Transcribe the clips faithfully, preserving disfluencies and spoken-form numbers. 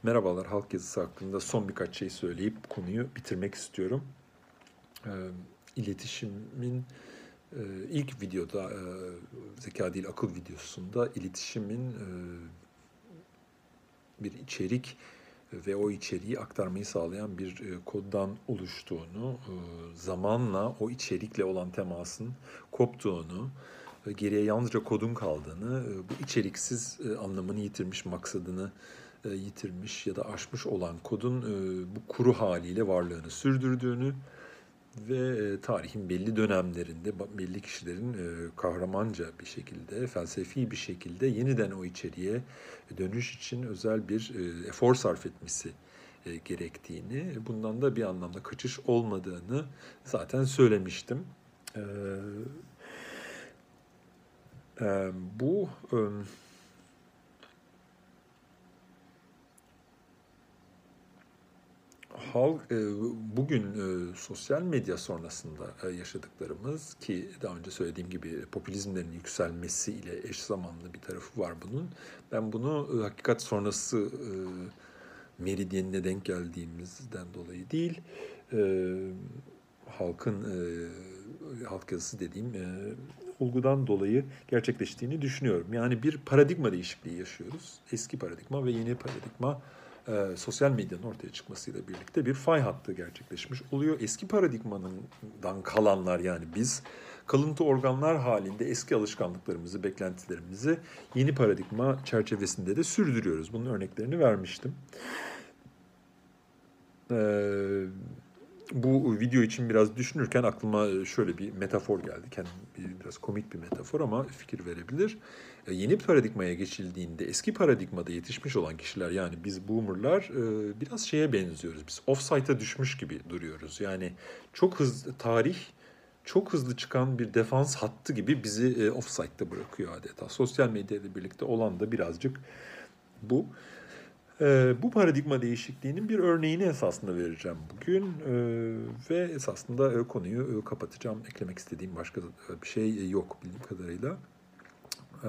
Merhabalar, halk yazısı hakkında son birkaç şey söyleyip konuyu bitirmek istiyorum. Ee, İletişimin e, ilk videoda, e, zeka değil akıl videosunda iletişimin e, bir içerik ve o içeriği aktarmayı sağlayan bir e, koddan oluştuğunu, e, zamanla o içerikle olan temasın koptuğunu, e, geriye yalnızca kodun kaldığını, e, bu içeriksiz e, anlamını yitirmiş, maksadını e, yitirmiş ya da aşmış olan kodun e, bu kuru haliyle varlığını sürdürdüğünü ve e, tarihin belli dönemlerinde belli kişilerin e, kahramanca bir şekilde, felsefi bir şekilde yeniden o içeriğe dönüş için özel bir e, efor sarf etmesi e, gerektiğini, bundan da bir anlamda kaçış olmadığını zaten söylemiştim. E, e, bu e, Halk e, bugün e, sosyal medya sonrasında e, yaşadıklarımız, ki daha önce söylediğim gibi popülizmlerin yükselmesiyle eş zamanlı bir tarafı var bunun. Ben bunu e, hakikat sonrası e, meridyenine denk geldiğimizden dolayı değil, e, halkın e, halk yazısı dediğim e, olgudan dolayı gerçekleştiğini düşünüyorum. Yani bir paradigma değişikliği yaşıyoruz. Eski paradigma ve yeni paradigma e, sosyal medyanın ortaya çıkmasıyla birlikte bir fay hattı gerçekleşmiş oluyor. Eski paradigmadan kalanlar, yani biz kalıntı organlar halinde eski alışkanlıklarımızı, beklentilerimizi yeni paradigma çerçevesinde de sürdürüyoruz. Bunun örneklerini vermiştim. Ee, Bu video için biraz düşünürken aklıma şöyle bir metafor geldi. Kendim biraz komik bir metafor ama fikir verebilir. E, yeni paradigmaya geçildiğinde eski paradigmada yetişmiş olan kişiler, yani biz boomerlar, e, biraz şeye benziyoruz. Biz offside'a düşmüş gibi duruyoruz. Yani çok hızlı tarih, çok hızlı çıkan bir defans hattı gibi bizi e, offside'da bırakıyor adeta. Sosyal medya ile birlikte olan da birazcık bu. Ee, bu paradigma değişikliğinin bir örneğini esasında vereceğim bugün. Ee, ve esasında e, konuyu e, kapatacağım. Eklemek istediğim başka da bir şey yok bildiğim kadarıyla. Ee,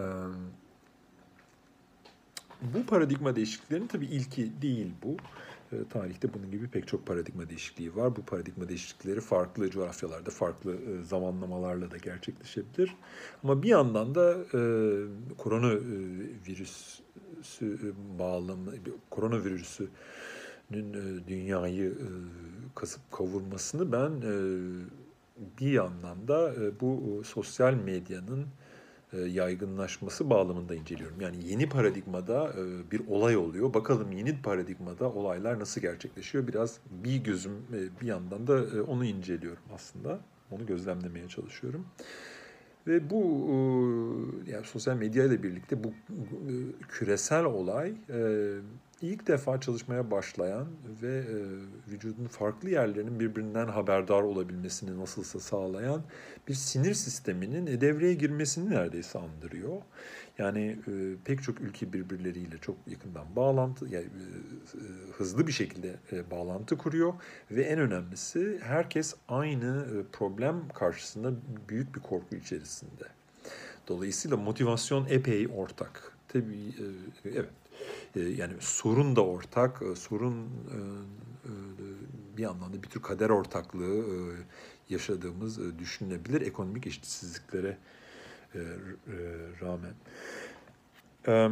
Bu paradigma değişikliklerinin tabii ilki değil bu. Ee, tarihte bunun gibi pek çok paradigma değişikliği var. Bu paradigma değişiklikleri farklı coğrafyalarda, farklı e, zamanlamalarla da gerçekleşebilir. Ama bir yandan da e, koronavirüs bağlamı, koronavirüsünün e, dünyayı e, kasıp kavurmasını ben e, bir yandan da e, bu sosyal medyanın e, yaygınlaşması bağlamında inceliyorum. Yani yeni paradigmada e, bir olay oluyor. Bakalım yeni paradigmada olaylar nasıl gerçekleşiyor? Biraz bir gözüm e, bir yandan da e, onu inceliyorum aslında. Onu gözlemlemeye çalışıyorum. Ve bu e, yani sosyal medya ile birlikte bu e, küresel olay e, ilk defa çalışmaya başlayan ve e, vücudun farklı yerlerinin birbirinden haberdar olabilmesini nasılsa sağlayan bir sinir sisteminin devreye girmesini neredeyse andırıyor. Yani e, pek çok ülke birbirleriyle çok yakından bağlantı, yani e, hızlı bir şekilde e, bağlantı kuruyor ve en önemlisi herkes aynı e, problem karşısında büyük bir korku içerisinde. Dolayısıyla motivasyon epey ortak. Tabii e, evet. E, yani sorun da ortak. E, sorun e, e, bir anlamda bir tür kader ortaklığı e, yaşadığımız e, düşünülebilir ekonomik eşitsizliklere e, e, rağmen. E,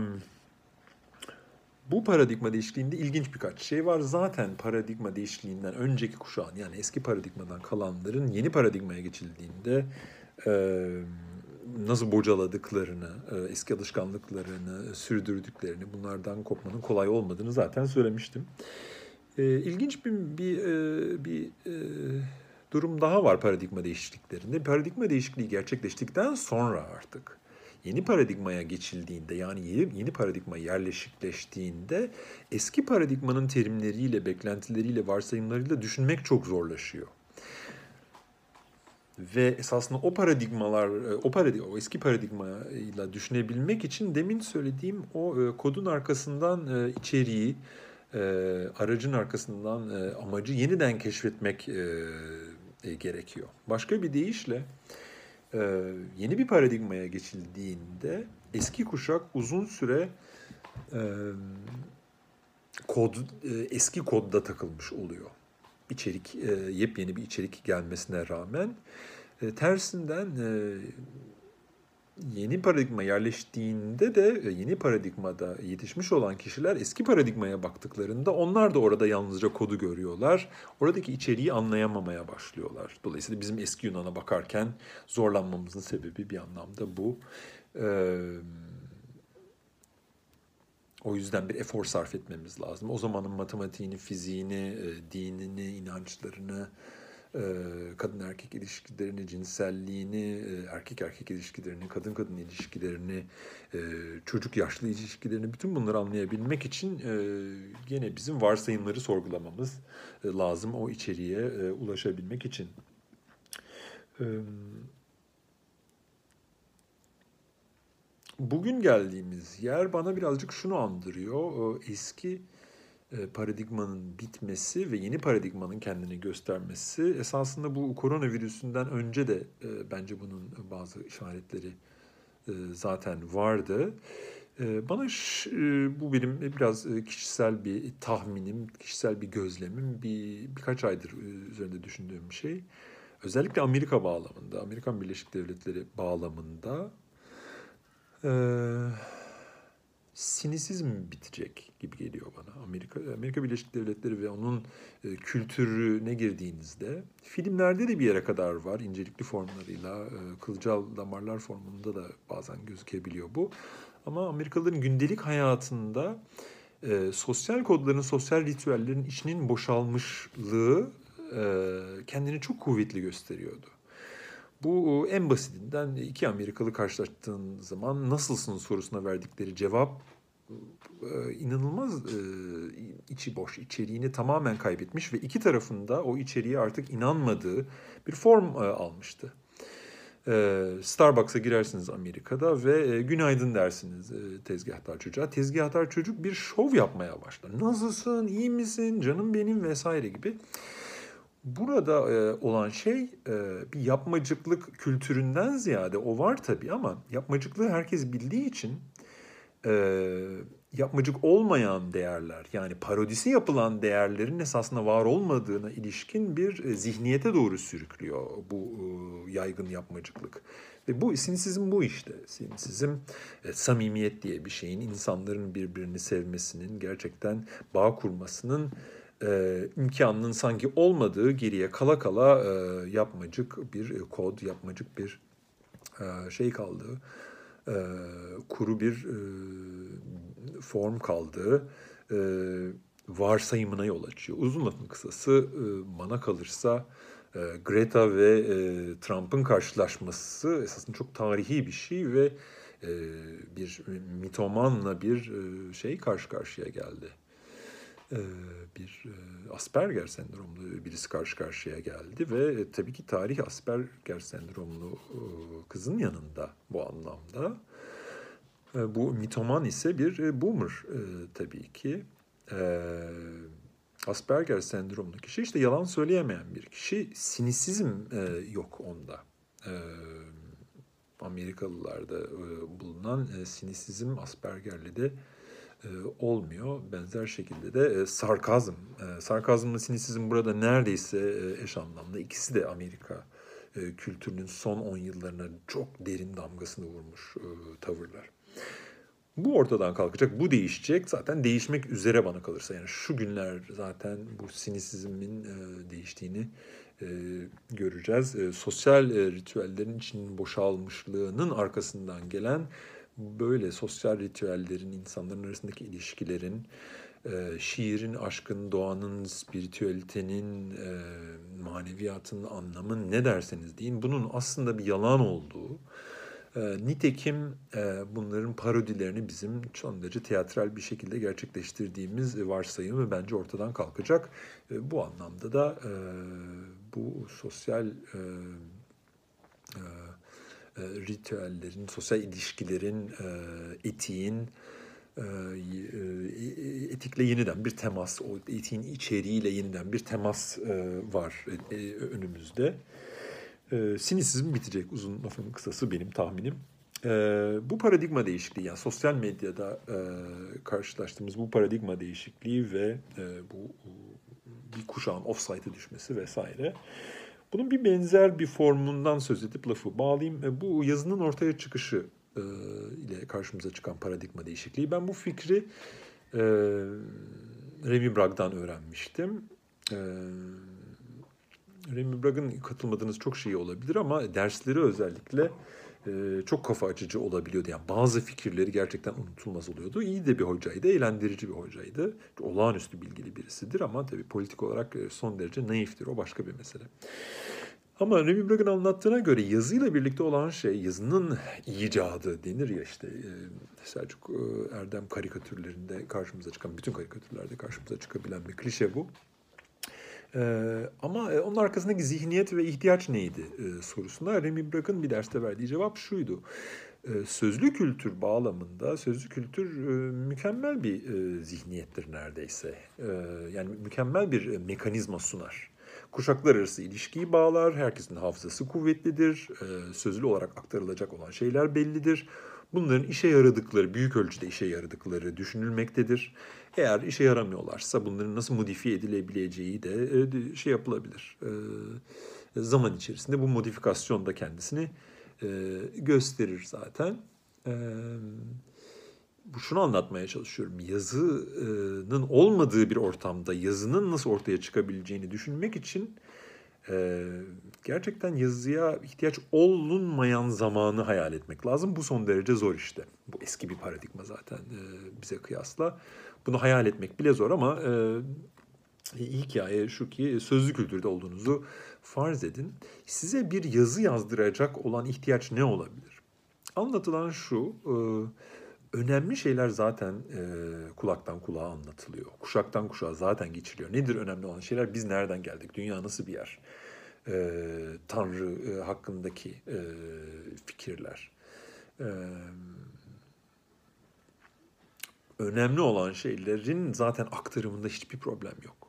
Bu paradigma değişikliğinde ilginç birkaç şey var. Zaten paradigma değişikliğinden önceki kuşağın, yani eski paradigmadan kalanların yeni paradigmaya geçildiğinde e, nasıl bocaladıklarını, e, eski alışkanlıklarını sürdürdüklerini, bunlardan kopmanın kolay olmadığını zaten söylemiştim. E, ilginç bir bir, e, bir e, durum daha var paradigma değişikliklerinde. Paradigma değişikliği gerçekleştikten sonra artık yeni paradigmaya geçildiğinde, yani yeni, yeni paradigma yerleşikleştiğinde eski paradigmanın terimleriyle, beklentileriyle, varsayımlarıyla düşünmek çok zorlaşıyor. Ve esasında o paradigmalar, o paradigma, o eski paradigmayla düşünebilmek için demin söylediğim o kodun arkasından içeriği, aracın arkasından amacı yeniden keşfetmek gerekiyor. Başka bir deyişle yeni bir paradigmaya geçildiğinde eski kuşak uzun süre kod e, eski kodda takılmış oluyor. İçerik e, yepyeni bir içerik gelmesine rağmen e, tersinden e, yeni paradigma yerleştiğinde de yeni paradigmada yetişmiş olan kişiler eski paradigmaya baktıklarında onlar da orada yalnızca kodu görüyorlar. Oradaki içeriği anlayamamaya başlıyorlar. Dolayısıyla bizim eski Yunan'a bakarken zorlanmamızın sebebi bir anlamda bu. Ee, o yüzden bir efor sarf etmemiz lazım. O zamanın matematiğini, fiziğini, dinini, inançlarını, kadın erkek ilişkilerini, cinselliğini, erkek erkek ilişkilerini, kadın kadın ilişkilerini, çocuk yaşlı ilişkilerini, bütün bunları anlayabilmek için gene bizim varsayımları sorgulamamız lazım o içeriğe ulaşabilmek için. Bugün geldiğimiz yer bana birazcık şunu andırıyor. Eski paradigmanın bitmesi ve yeni paradigmanın kendini göstermesi esasında bu koronavirüsünden önce de e, bence bunun bazı işaretleri e, zaten vardı. E, bana ş, e, bu benim biraz kişisel bir tahminim, kişisel bir gözlemim, bir birkaç aydır üzerinde düşündüğüm bir şey. Özellikle Amerika bağlamında, Amerikan Birleşik Devletleri bağlamında e, sinisizm bitecek gibi geliyor bana. Amerika Amerika Birleşik Devletleri ve onun e, kültürüne girdiğinizde filmlerde de bir yere kadar var. İncelikli formlarıyla, e, kılcal damarlar formunda da bazen gözükebiliyor bu. Ama Amerikalıların gündelik hayatında e, sosyal kodların, sosyal ritüellerin içinin boşalmışlığı e, kendini çok kuvvetli gösteriyordu. Bu en basitinden iki Amerikalı karşılaştığın zaman nasılsın sorusuna verdikleri cevap inanılmaz içi boş, içeriğini tamamen kaybetmiş ve iki tarafında o içeriğe artık inanmadığı bir form almıştı. Starbucks'a girersiniz Amerika'da ve günaydın dersiniz tezgahtar çocuğa. Tezgahtar çocuk bir şov yapmaya başlar. Nasılsın, iyi misin, canım benim vesaire gibi. Burada e, olan şey e, bir yapmacıklık kültüründen ziyade o var tabii ama yapmacıklığı herkes bildiği için e, yapmacık olmayan değerler yani parodisi yapılan değerlerin esasında var olmadığına ilişkin bir e, zihniyete doğru sürüklüyor bu e, yaygın yapmacıklık. Ve bu sinisizm bu işte. Sinisizm e, samimiyet diye bir şeyin, insanların birbirini sevmesinin, gerçekten bağ kurmasının e, imkanının sanki olmadığı, geriye kala kala e, yapmacık bir kod, yapmacık bir e, şey kaldığı, e, kuru bir e, form kaldığı e, varsayımına yol açıyor. Uzun lafın kısası e, bana kalırsa e, Greta ve e, Trump'ın karşılaşması esasında çok tarihi bir şey ve e, bir mitomanla bir e, şey karşı karşıya geldi. Bir Asperger sendromlu birisi karşı karşıya geldi ve tabii ki tarih Asperger sendromlu kızın yanında bu anlamda. Bu mitoman ise bir boomer tabii ki. Asperger sendromlu kişi işte yalan söyleyemeyen bir kişi. Sinisizm yok onda. Amerikalılarda bulunan sinisizm Asperger'le de olmuyor. Benzer şekilde de sarkazm. Sarkazmla sinisizm burada neredeyse eş anlamlı. İkisi de Amerika kültürünün son on yıllarına çok derin damgasını vurmuş tavırlar. Bu ortadan kalkacak, bu değişecek. Zaten değişmek üzere bana kalırsa. Yani şu günler zaten bu sinisizmin değiştiğini göreceğiz. Sosyal ritüellerin içinin boşalmışlığının arkasından gelen böyle sosyal ritüellerin, insanların arasındaki ilişkilerin, şiirin, aşkın, doğanın, spiritüelitenin, maneviyatın, anlamın ne derseniz deyin, bunun aslında bir yalan olduğu, nitekim bunların parodilerini bizim son derece teatral bir şekilde gerçekleştirdiğimiz varsayımı bence ortadan kalkacak. Bu anlamda da bu sosyal ritüellerin, sosyal ilişkilerin, etiğin, etikle yeniden bir temas, o etiğin içeriğiyle yeniden bir temas var önümüzde. Sinisizm bitecek, uzun lafın kısası benim tahminim. Ee, bu paradigma değişikliği, yani sosyal medyada e, karşılaştığımız bu paradigma değişikliği ve e, bu bir kuşağın offside'e düşmesi vesaire. Bunun bir benzer bir formundan söz edip lafı bağlayayım. E, bu yazının ortaya çıkışı e, ile karşımıza çıkan paradigma değişikliği. Ben bu fikri e, Remy Brague'dan öğrenmiştim. E, Remy Brague'ın katılmadığınız çok şey olabilir ama dersleri özellikle e, çok kafa açıcı olabiliyordu. Yani bazı fikirleri gerçekten unutulmaz oluyordu. İyi de bir hocaydı, eğlendirici bir hocaydı. Olağanüstü bilgili birisidir ama tabii politik olarak son derece naiftir. O başka bir mesele. Ama Remy Brague'ın anlattığına göre yazıyla birlikte olan şey, yazının icadı denir ya işte Selçuk Erdem karikatürlerinde karşımıza çıkan, bütün karikatürlerde karşımıza çıkabilen bir klişe bu. Ee, ama onun arkasındaki zihniyet ve ihtiyaç neydi e, sorusuna Remy Brague'ın bir derste verdiği cevap şuydu. E, sözlü kültür bağlamında sözlü kültür e, mükemmel bir e, zihniyettir neredeyse. E, yani mükemmel bir e, mekanizma sunar. Kuşaklar arası ilişkiyi bağlar, herkesin hafızası kuvvetlidir, e, sözlü olarak aktarılacak olan şeyler bellidir. Bunların işe yaradıkları, büyük ölçüde işe yaradıkları düşünülmektedir. Eğer işe yaramıyorlarsa bunların nasıl modifiye edilebileceği de şey yapılabilir. Zaman içerisinde bu modifikasyon da kendisini gösterir zaten. Bu şunu anlatmaya çalışıyorum. Yazının olmadığı bir ortamda yazının nasıl ortaya çıkabileceğini düşünmek için gerçekten yazıya ihtiyaç olunmayan zamanı hayal etmek lazım. Bu son derece zor işte. Bu eski bir paradigma zaten bize kıyasla. Bunu hayal etmek bile zor ama iyi hikaye şu ki sözlü kültürde olduğunuzu farz edin. Size bir yazı yazdıracak olan ihtiyaç ne olabilir? Anlatılan şu, önemli şeyler zaten kulaktan kulağa anlatılıyor. Kuşaktan kuşağa zaten geçiliyor. Nedir önemli olan şeyler? Biz nereden geldik? Dünya nasıl bir yer? Tanrı hakkındaki fikirler. Önemli olan şeylerin zaten aktarımında hiçbir problem yok.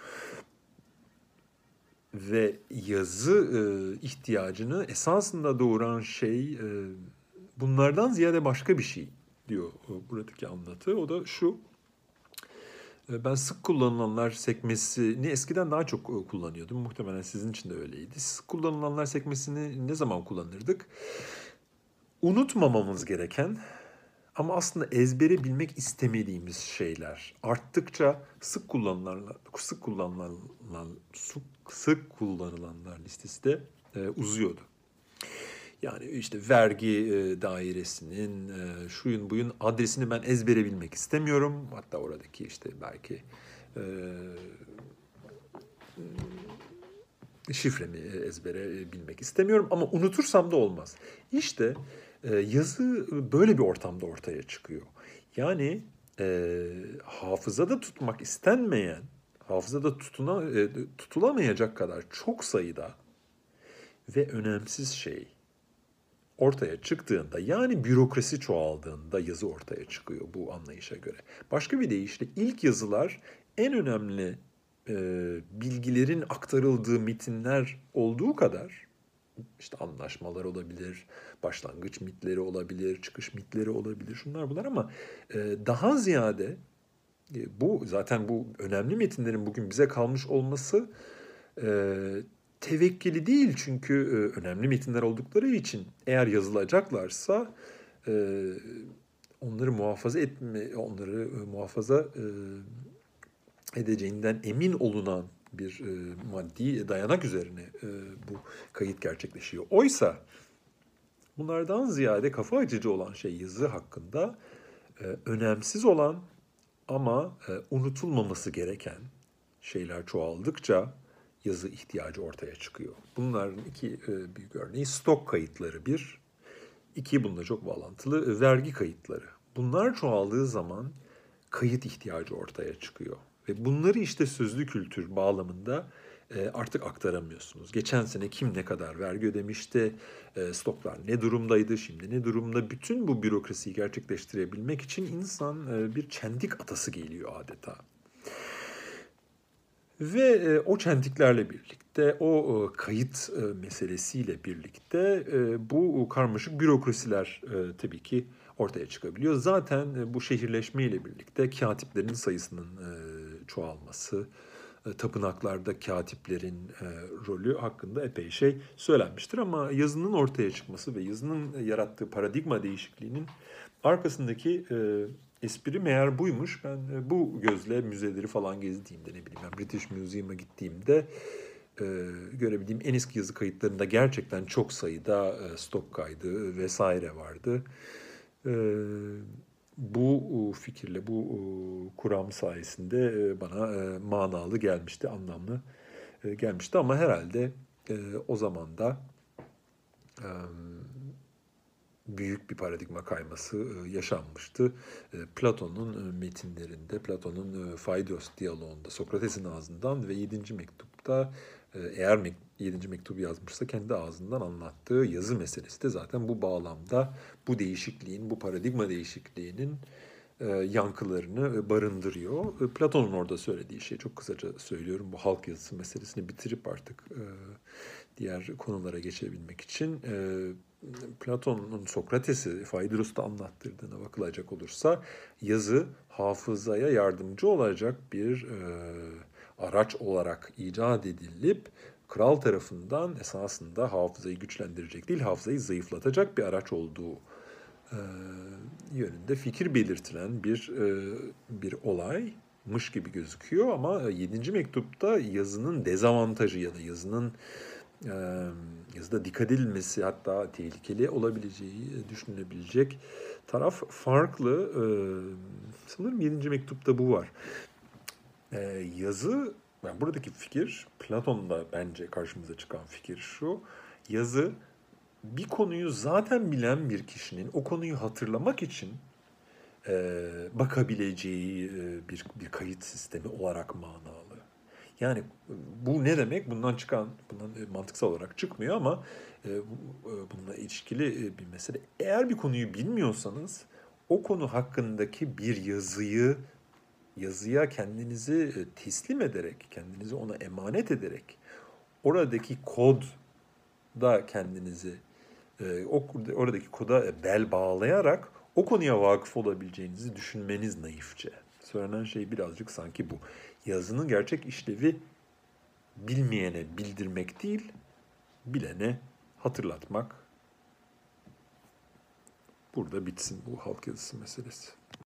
Ve yazı e, ihtiyacını esasında doğuran şey e, bunlardan ziyade başka bir şey diyor buradaki anlatı. O da şu, e, ben sık kullanılanlar sekmesini eskiden daha çok kullanıyordum. Muhtemelen sizin için de öyleydi. Sık kullanılanlar sekmesini ne zaman kullanırdık? Unutmamamız gereken ama aslında ezbere bilmek istemediğimiz şeyler arttıkça sık kullanılanlar, sık kullanılan, sık, sık kullanılanlar listesi de e, uzuyordu. Yani işte vergi e, dairesinin, e, şuyun buyun adresini ben ezbere bilmek istemiyorum. Hatta oradaki işte belki e, şifremi ezbere bilmek istemiyorum ama unutursam da olmaz. İşte yazı böyle bir ortamda ortaya çıkıyor. Yani e, hafızada tutmak istenmeyen, hafızada tutuna, e, tutulamayacak kadar çok sayıda ve önemsiz şey ortaya çıktığında, yani bürokrasi çoğaldığında yazı ortaya çıkıyor bu anlayışa göre. Başka bir deyişle ilk yazılar en önemli e, bilgilerin aktarıldığı metinler olduğu kadar, işte anlaşmalar olabilir, başlangıç mitleri olabilir, çıkış mitleri olabilir, şunlar bunlar ama e, daha ziyade e, bu zaten bu önemli metinlerin bugün bize kalmış olması e, tevekkili değil, çünkü e, önemli metinler oldukları için eğer yazılacaklarsa e, onları muhafaza etme, onları e, muhafaza e, edeceğinden emin olunan bir e, maddi dayanak üzerine e, bu kayıt gerçekleşiyor. Oysa bunlardan ziyade kafa açıcı olan şey yazı hakkında e, önemsiz olan ama e, unutulmaması gereken şeyler çoğaldıkça yazı ihtiyacı ortaya çıkıyor. Bunların iki e, büyük örneği stok kayıtları bir, iki bununla çok bağlantılı e, vergi kayıtları. Bunlar çoğaldığı zaman kayıt ihtiyacı ortaya çıkıyor. Ve bunları işte sözlü kültür bağlamında e, artık aktaramıyorsunuz. Geçen sene kim ne kadar vergi ödemişti, e, stoklar ne durumdaydı, şimdi ne durumda? Bütün bu bürokrasiyi gerçekleştirebilmek için insan e, bir çendik atası geliyor adeta. Ve e, o çentiklerle birlikte, o e, kayıt e, meselesiyle birlikte e, bu karmaşık bürokrasiler e, tabii ki ortaya çıkabiliyor. Zaten e, bu şehirleşmeyle birlikte katiplerin sayısının e, çoğalması, e, tapınaklarda katiplerin e, rolü hakkında epey şey söylenmiştir. Ama yazının ortaya çıkması ve yazının yarattığı paradigma değişikliğinin arkasındaki e, espri meğer buymuş. Ben e, bu gözle müzeleri falan gezdiğimde, ne bileyim ben British Museum'a gittiğimde e, görebildiğim en eski yazı kayıtlarında gerçekten çok sayıda e, stop kaydı vesaire vardı. E, Bu fikirle, bu e, kuram sayesinde e, bana e, manalı gelmişti, anlamlı e, gelmişti. Ama herhalde e, o zaman da e, büyük bir paradigma kayması e, yaşanmıştı. E, Platon'un e, metinlerinde, Platon'un e, Phaedos diyaloğunda, Sokrates'in ağzından ve yedinci mektupta, e, eğer mek yedinci mektubu yazmışsa kendi ağzından anlattığı yazı meselesi de zaten bu bağlamda bu değişikliğin, bu paradigma değişikliğinin e, yankılarını e, barındırıyor. E, Platon'un orada söylediği şey, çok kısaca söylüyorum, bu halk yazısı meselesini bitirip artık e, diğer konulara geçebilmek için e, Platon'un Sokrates'i Phaedrus'ta anlattırdığına bakılacak olursa yazı hafızaya yardımcı olacak bir e, araç olarak icat edilip kral tarafından esasında hafızayı güçlendirecek değil, hafızayı zayıflatacak bir araç olduğu e, yönünde fikir belirtilen bir e, bir olaymış gibi gözüküyor. Ama yedinci mektupta yazının dezavantajı ya da yazının e, yazıda dikkat edilmesi, hatta tehlikeli olabileceği düşünülebilecek taraf farklı. E, sanırım yedinci mektupta bu var. E, yazı, yani buradaki fikir, Platon'da bence karşımıza çıkan fikir şu: yazı bir konuyu zaten bilen bir kişinin o konuyu hatırlamak için e, bakabileceği e, bir, bir kayıt sistemi olarak manalı. Yani bu ne demek? Bundan çıkan, bundan e, mantıksal olarak çıkmıyor ama e, bu, e, bununla ilişkili e, bir mesele. Eğer bir konuyu bilmiyorsanız o konu hakkındaki bir yazıyı, yazıya kendinizi e, teslim ederek, kendinizi ona emanet ederek, oradaki kod da kendinizi e, o oradaki koda bel bağlayarak o konuya vakıf olabileceğinizi düşünmeniz naifçe. Söylenen şey birazcık sanki bu. Yazının gerçek işlevi bilmeyene bildirmek değil, bilene hatırlatmak. Burada bitsin bu halk yazısı meselesi.